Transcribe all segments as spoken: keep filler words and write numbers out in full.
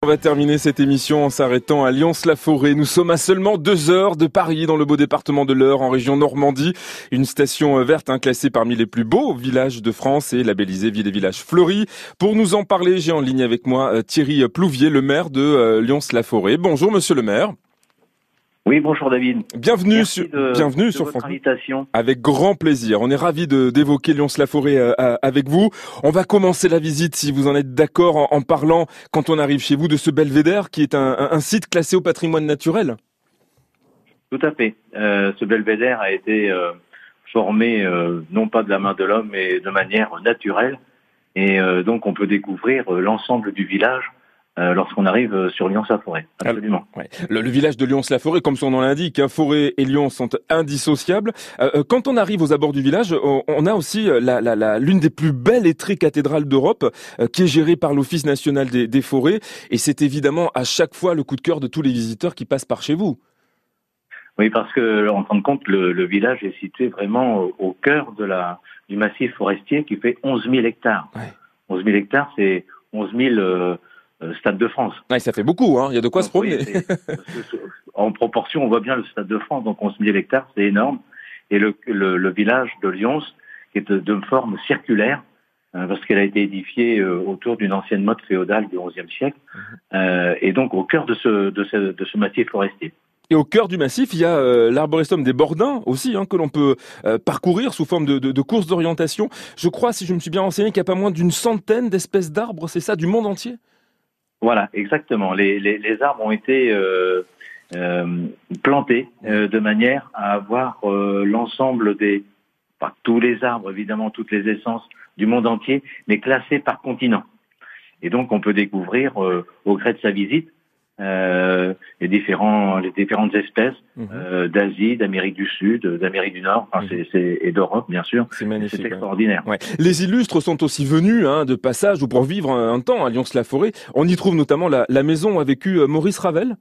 On va terminer cette émission en s'arrêtant à Lyons-la-Forêt. Nous sommes à seulement deux heures de Paris, dans le beau département de l'Eure, en région Normandie. Une station verte hein, classée parmi les plus beaux villages de France et labellisée Ville et Village Fleuris. Pour nous en parler, j'ai en ligne avec moi euh, Thierry Plouvier, le maire de euh, Lyons-la-Forêt. Bonjour monsieur le maire. Oui, bonjour David. Bienvenue Merci sur, de, bienvenue de sur votre France. invitation. Avec grand plaisir. On est ravis de, d'évoquer Lyons-la-Forêt euh, avec vous. On va commencer la visite, si vous en êtes d'accord, en, en parlant, quand on arrive chez vous, de ce belvédère qui est un, un, un site classé au patrimoine naturel. Tout à fait. Euh, ce belvédère a été euh, formé euh, non pas de la main de l'homme, mais de manière naturelle. Et euh, donc on peut découvrir euh, l'ensemble du village Euh, lorsqu'on arrive euh, sur Lyons-la-Forêt. Absolument. Alors, ouais. le, le village de Lyons-la-Forêt, comme son nom l'indique, hein, forêt et Lyon sont indissociables. Euh, quand on arrive aux abords du village, on, on a aussi la, la, la, l'une des plus belles et très cathédrales d'Europe, euh, qui est gérée par l'Office national des, des forêts. Et c'est évidemment à chaque fois le coup de cœur de tous les visiteurs qui passent par chez vous. Oui, parce que en fin de compte, le, le village est situé vraiment au, au cœur de la, du massif forestier qui fait onze mille hectares. Ouais. onze mille hectares, c'est onze mille euh, Stade de France. Ouais, ça fait beaucoup, hein. Il y a de quoi donc, se promener. Oui, en proportion, on voit bien le Stade de France, donc onze mille hectares, c'est énorme. Et le, le, le village de Lyons, qui est de, de forme circulaire, euh, parce qu'elle a été édifiée euh, autour d'une ancienne motte féodale du onzième siècle, mmh. euh, et donc au cœur de ce, de ce, de ce massif forestier. Et au cœur du massif, il y a euh, l'arborestum des Bordins aussi, hein, que l'on peut euh, parcourir sous forme de, de, de courses d'orientation. Je crois, si je me suis bien renseigné, qu'il n'y a pas moins d'une centaine d'espèces d'arbres, c'est ça, du monde entier ? Voilà, exactement. Les, les, les arbres ont été euh, euh, plantés euh, de manière à avoir euh, l'ensemble des, pas tous les arbres, évidemment, toutes les essences du monde entier, mais classés par continent. Et donc, on peut découvrir, euh, au gré de sa visite, euh, les différents, les différentes espèces mmh. euh, d'Asie, d'Amérique du Sud, d'Amérique du Nord, enfin, mmh. c'est, c'est, et d'Europe, bien sûr. C'est magnifique. C'est extraordinaire. Ouais. Les illustres sont aussi venus hein, de passage ou pour vivre un, un temps à Lyons-la-Forêt. On y trouve notamment la, la maison où a vécu euh, Maurice Ravel.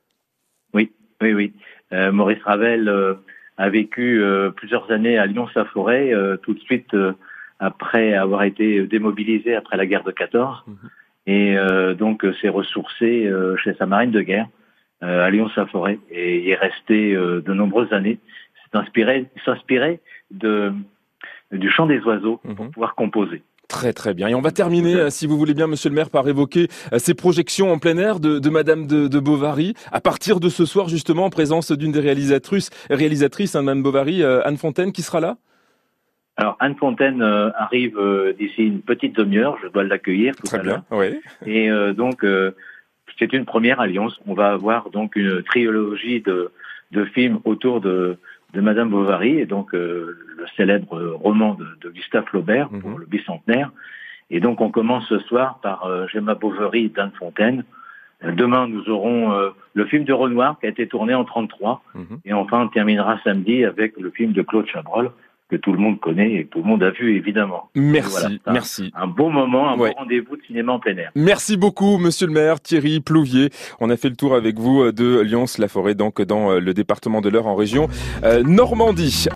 Oui, oui, oui. Euh, Maurice Ravel euh, a vécu euh, plusieurs années à Lyons-la-Forêt, euh, tout de suite euh, après avoir été démobilisé après la guerre de quatorze. Mmh. Et euh, donc s'est ressourcé euh, chez sa marine de guerre euh, à Lyons-la-Forêt et y est resté euh, de nombreuses années. S'est inspiré, s'inspirait de du chant des oiseaux pour mmh. pouvoir composer. Très très bien. Et on va terminer, euh, si vous voulez bien, monsieur le maire, par évoquer euh, ces projections en plein air de, de Madame de, de Bovary. À partir de ce soir, justement, en présence d'une des réalisatrices, réalisatrices hein, de Madame Bovary, euh, Anne Fontaine, qui sera là. Alors Anne Fontaine euh, arrive euh, d'ici une petite demi-heure, je dois l'accueillir tout Très à bien, l'heure. Oui. Et euh, donc euh, c'est une première à Lyons. On va avoir donc une trilogie de, de films autour de, de Madame Bovary et donc euh, le célèbre roman de, de Gustave Flaubert mm-hmm. pour le bicentenaire. Et donc on commence ce soir par euh, Gemma Bovary d'Anne Fontaine. Demain nous aurons euh, le film de Renoir qui a été tourné en trente-trois mm-hmm. et enfin on terminera samedi avec le film de Claude Chabrol que tout le monde connaît et que tout le monde a vu, évidemment. Merci, voilà, merci. Un bon moment, un ouais. bon rendez-vous de cinéma en plein air. Merci beaucoup, monsieur le maire, Thierry Plouvier. On a fait le tour avec vous de Lyons-la-Forêt, donc dans le département de l'Eure en région euh, Normandie.